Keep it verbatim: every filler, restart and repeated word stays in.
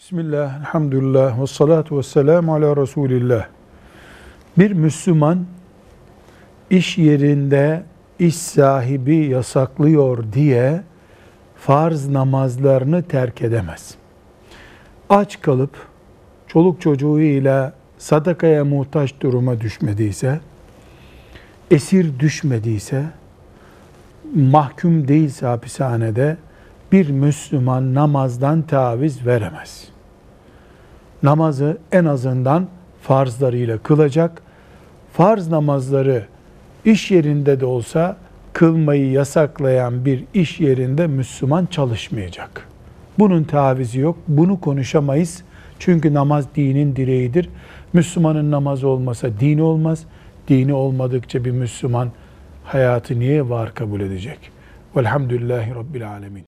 Bismillah, elhamdülillah, ve salatu ve selamu ala Resulillah. Bir Müslüman iş yerinde iş sahibi yasaklıyor diye farz namazlarını terk edemez. Aç kalıp çoluk çocuğuyla sadakaya muhtaç duruma düşmediyse, esir düşmediyse, mahkum değilse hapishanede bir Müslüman namazdan taviz veremez. Namazı en azından farzlarıyla kılacak. Farz namazları iş yerinde de olsa kılmayı yasaklayan bir iş yerinde Müslüman çalışmayacak. Bunun tavizi yok. Bunu konuşamayız. Çünkü namaz dinin direğidir. Müslümanın namazı olmasa dini olmaz. Dini olmadıkça bir Müslüman hayatı niye var kabul edecek? Velhamdülillahi Rabbil alemin.